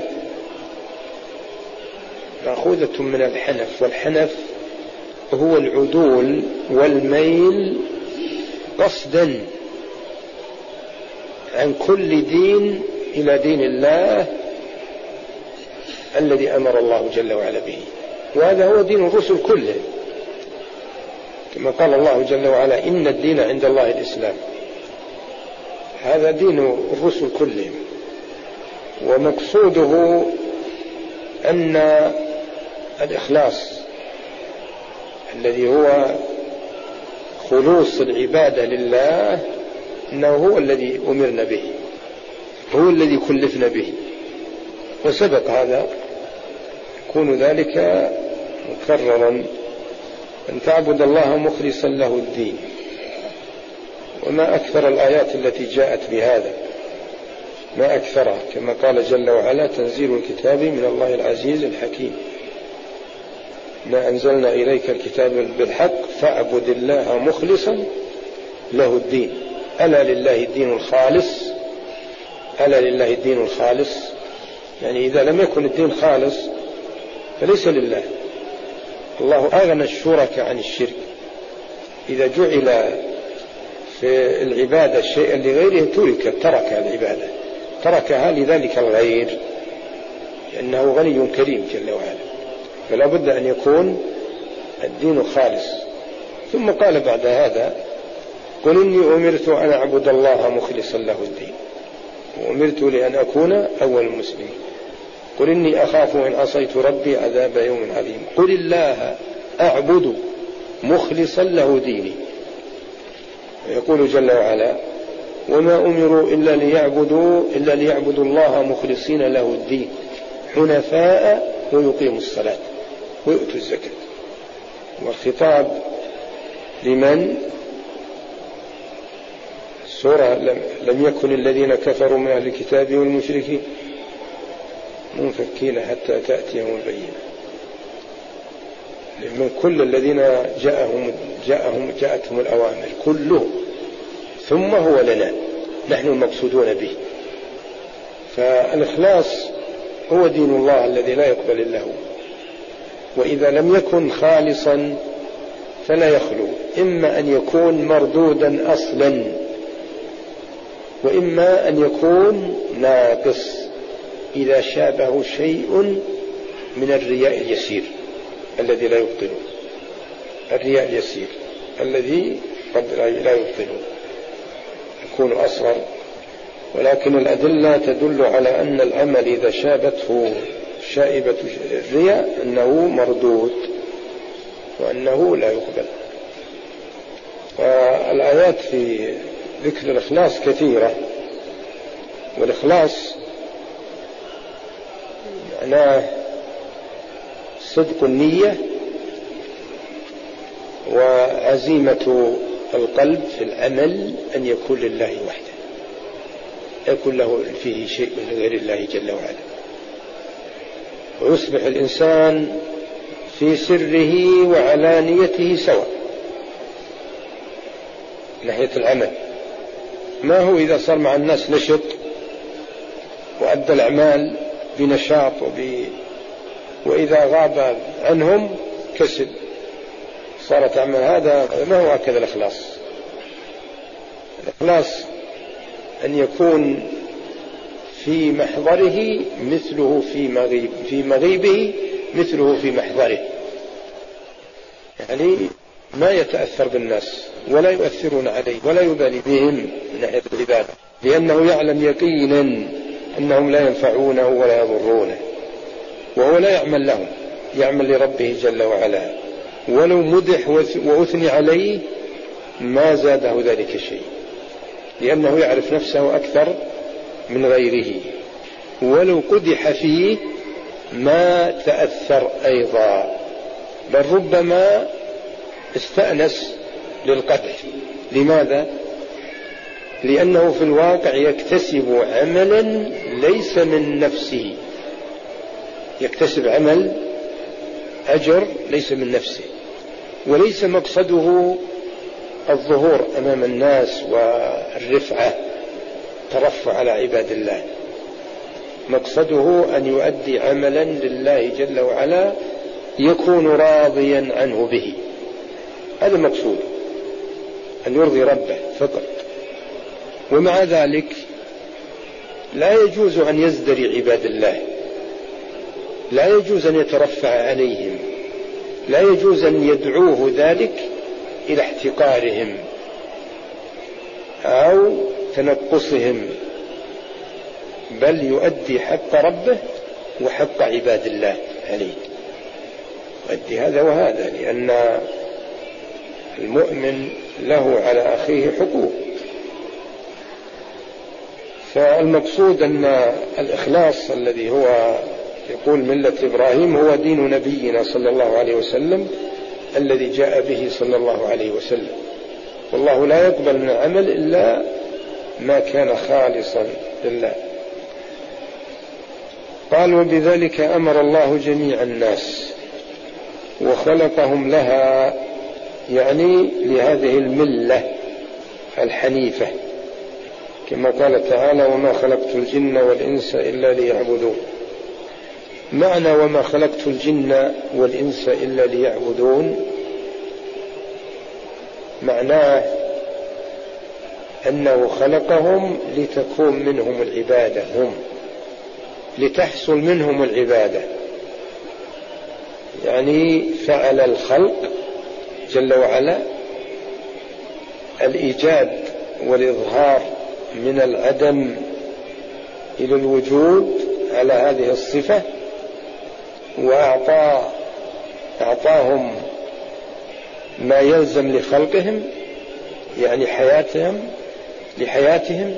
مأخوذة من الحنف، والحنف هو العدول والميل قصدا عن كل دين إلى دين الله الذي أمر الله جل وعلا به، وهذا هو دين الرسل كله، كما قال الله جل وعلا إن الدين عند الله الإسلام. هذا دين الرسل كلهم، ومقصوده أن الإخلاص الذي هو خلوص العبادة لله إنه هو الذي أمرنا به، هو الذي كلفنا به، وسبق هذا يكون ذلك مكررا، أن تعبد الله مخلصا له الدين. وما أكثر الآيات التي جاءت بهذا، ما أكثرها، كما قال جل وعلا تنزيل الكتاب من الله العزيز الحكيم، ما أنزلنا إليك الكتاب بالحق فاعبد الله مخلصا له الدين. ألا لله الدين الخالص، ألا لله الدين الخالص، يعني إذا لم يكن الدين خالص فليس لله. الله أغنى الشرك عن الشرك، إذا جعل في العبادة شيئا لغيره ترك ترك العبادة، تركها لذلك الغير، لأنه غني كريم جل وعلا، فلا بد أن يكون الدين خالص. ثم قال بعد هذا قل إني أمرت أن أعبد الله مخلصا له الدين وأمرت لأن أكون أول المسلمين. قل إني أخاف إن عصيت ربي عذاب يوم عظيم. قل الله أعبد مخلصا له ديني. يقول جل وعلا وما أمروا إلا ليعبدوا إلا ليعبدوا الله مخلصين له الدين حنفاء ويقيموا الصلاة ويؤتوا الزكاة. والخطاب لمن؟ سورة لم يكن الذين كفروا من أهل الكتاب والمشركين منفكين حتى تأتيهم البينة. من كل الذين جاءهم جاءهم جاءتهم الأوامر كلهم، ثم هو لنا نحن المقصودون به. فالإخلاص هو دين الله الذي لا يقبل إلا هو، وإذا لم يكن خالصا فلا يخلو، إما أن يكون مردودا أصلا، وإما أن يكون ناقص إذا شابه شيء من الرياء اليسير الذي لا يبطله، الرياء اليسير الذي قد لا يبطله يكون أصغر. ولكن الأدلة تدل على أن العمل إذا شابته شائبة الرياء أنه مردود وأنه لا يقبل. والآيات في ذكر الإخلاص كثيرة، والإخلاص معناه صدق النية وعزيمة القلب في العمل أن يكون لله وحده، يكون له فيه شيء من غير الله جل وعلا، ويصبح الإنسان في سره وعلانيته سواء ناحية العمل. ما هو إذا صار مع الناس نشط وأدى الأعمال بنشاط وب... وإذا غاب عنهم كسل صارت أعمال، هذا ما هو هكذا الإخلاص. الإخلاص أن يكون في محضره مثله في مغيب في مغيبه مثله في محضره، يعني ما يتأثر بالناس ولا يؤثرون عليه ولا يبالي بهم من ناحية العبادة، لأنه يعلم يقينا أنهم لا ينفعونه ولا يضرونه، وهو لا يعمل لهم، يعمل لربه جل وعلا، ولو مدح وأثني عليه ما زاده ذلك شيء، لأنه يعرف نفسه أكثر من غيره، ولو قدح فيه ما تأثر أيضا، بل ربما استأنس للقدر. لماذا؟ لأنه في الواقع يكتسب عملا ليس من نفسه، يكتسب عمل أجر ليس من نفسه، وليس مقصده الظهور أمام الناس والرفعة ترفع على عباد الله، مقصده أن يؤدي عملا لله جل وعلا يكون راضيا عنه به، هذا مقصود، أن يرضي ربه فقط. ومع ذلك لا يجوز أن يزدري عباد الله، لا يجوز أن يترفع عليهم، لا يجوز أن يدعوه ذلك إلى احتقارهم أو تنقصهم، بل يؤدي حق ربه وحق عباد الله عليه، يؤدي هذا وهذا، لأن المؤمن له على أخيه حقوق. فالمقصود أن الإخلاص الذي هو يقول ملة إبراهيم هو دين نبينا صلى الله عليه وسلم الذي جاء به صلى الله عليه وسلم، والله لا يقبل من العمل إلا ما كان خالصا لله. قال وبذلك أمر الله جميع الناس وخلقهم لها، يعني لهذه الملة الحنيفة، كما قال تعالى وما خلقت الجن والإنس إلا ليعبدون. معنى وما خلقت الجن والإنس إلا ليعبدون معناه أنه خلقهم لتكون منهم العبادة، هم لتحصل منهم العبادة، يعني فعل الخلق جل وعلا الإيجاد والإظهار من العدم إلى الوجود على هذه الصفة، وأعطى أعطاهم ما يلزم لخلقهم، يعني حياتهم لحياتهم.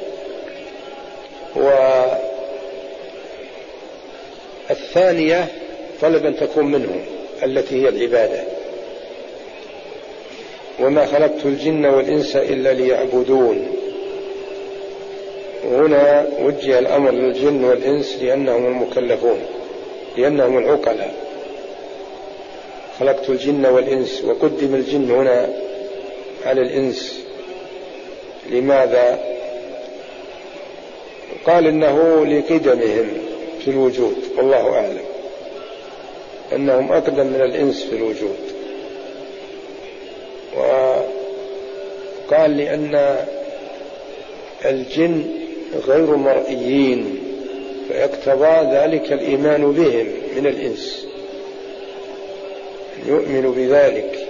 والثانية طلب أن تكون منهم التي هي العبادة. وما خلقت الجن والإنس إلا ليعبدون، وهنا وجه الأمر للجن والإنس لأنهم المكلفون، لأنهم العقلاء. خلقت الجن والإنس، وقدم الجن هنا على الإنس. لماذا؟ قال إنه لقدمهم في الوجود، والله أعلم أنهم أقدم من الإنس في الوجود. وقال لأن الجن غير مرئيين، فيقتضى ذلك الإيمان بهم من الإنس، يؤمن بذلك،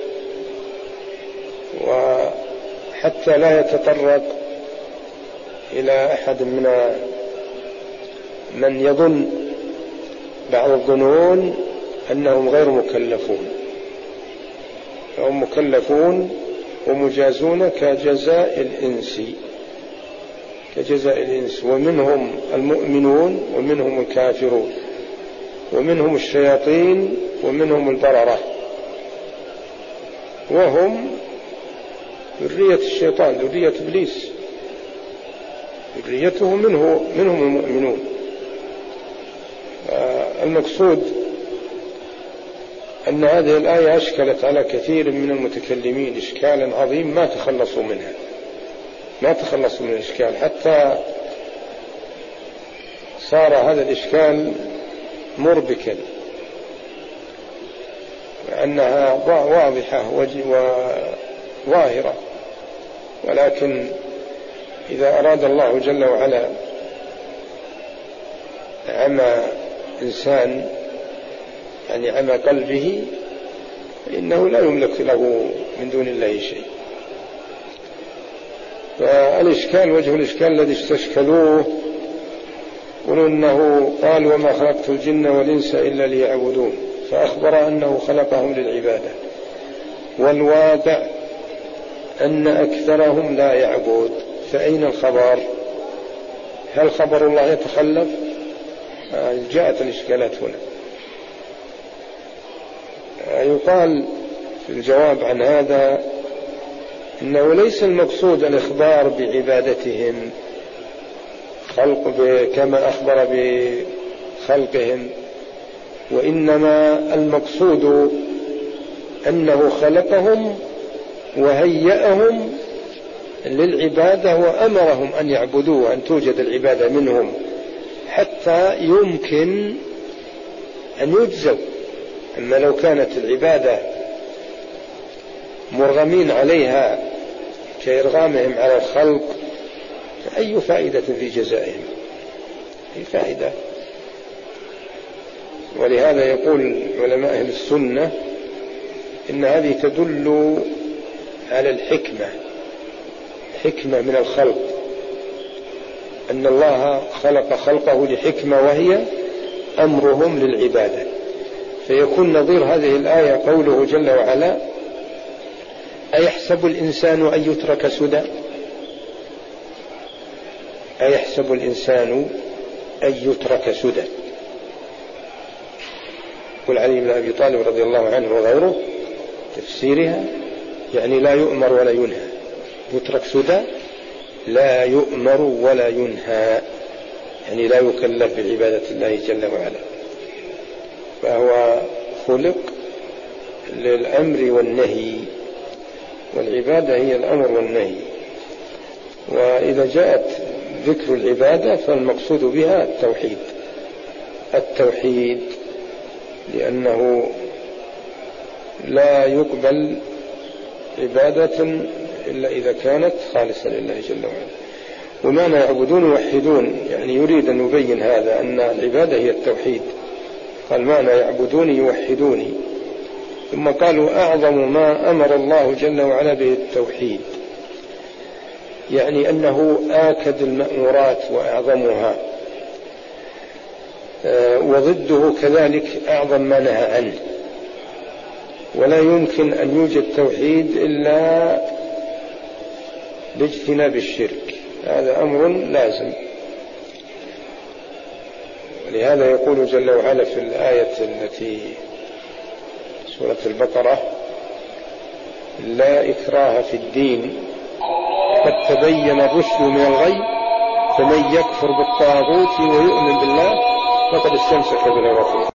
وحتى لا يتطرق إلى أحد من من يظن بعض الظنون أنهم غير مكلفون، هم مكلفون ومجازون كجزاء الإنس، كجزاء الإنس، ومنهم المؤمنون ومنهم الكافرون، ومنهم الشياطين ومنهم البررة، وهم ذرية الشيطان، ذرية إبليس، ذريته منه منهم المؤمنون. المقصود أن هذه الآية أشكلت على كثير من المتكلمين إشكالا عظيم ما تخلصوا منها، ما تخلصوا من الإشكال، حتى صار هذا الإشكال مربكا، أنها واضحة وظاهرة، ولكن إذا أراد الله جل وعلا عمى إنسان، يعني عمى قلبه، فإنه لا يملك له من دون الله شيء. فالإشكال، وجه الإشكال الذي استشكلوه، قلوا إنه قال وما خلقت الجن والإنس إلا ليعبدون، فأخبر أنه خلقهم للعبادة، والواقع أن أكثرهم لا يعبد، فأين الخبر؟ هل خبر الله يتخلف؟ جاءت الإشكالات هنا. يقال في الجواب عن هذا إنه ليس المقصود الإخبار بعبادتهم خلق كما أخبر بخلقهم، وإنما المقصود أنه خلقهم وهيأهم للعبادة وأمرهم أن يعبدوه، أن توجد العبادة منهم حتى يمكن أن يجزوا. أما لو كانت العبادة مرغمين عليها كإرغامهم على الخلق فأي فائدة في جزائهم؟ أي فائدة؟ ولهذا يقول علماء أهل السنة إن هذه تدل على الحكمة، حكمة من الخلق، أن الله خلق خلقه لحكمة وهي أمرهم للعبادة. فيكون نظير هذه الآية قوله جل وعلا: أيحسب الإنسان أن يترك سدى؟ أيحسب الإنسان أن يترك سدى؟ قل علي بن أبي طالب رضي الله عنه وغيره تفسيرها يعني لا يؤمر ولا ينهى. يترك سدى لا يؤمر ولا ينهى، يعني لا يكلف بعبادة الله جل وعلا، فهو خلق للأمر والنهي، والعبادة هي الأمر والنهي. وإذا جاءت ذكر العبادة فالمقصود بها التوحيد، التوحيد لأنه لا يقبل عبادة إلا إذا كانت خالصة لله جل وعلا. ومعنى يعبدون يوحدون يعني يريد أن يبين هذا أن العبادة هي التوحيد. قال معنى يعبدوني يوحدوني، ثم قالوا أعظم ما أمر الله جل وعلا به التوحيد، يعني أنه آكد المأمورات وأعظمها، وضده كذلك أعظم ما نهى عنه. ولا يمكن أن يوجد توحيد إلا باجتناب الشرك، هذا أمر لازم. ولهذا يقول جل وعلا في الآية التي سورة البقرة: لا إكراه في الدين قد تبين الرشد من الغي فمن يكفر بالطاغوت ويؤمن بالله فقد استمسك بالعروة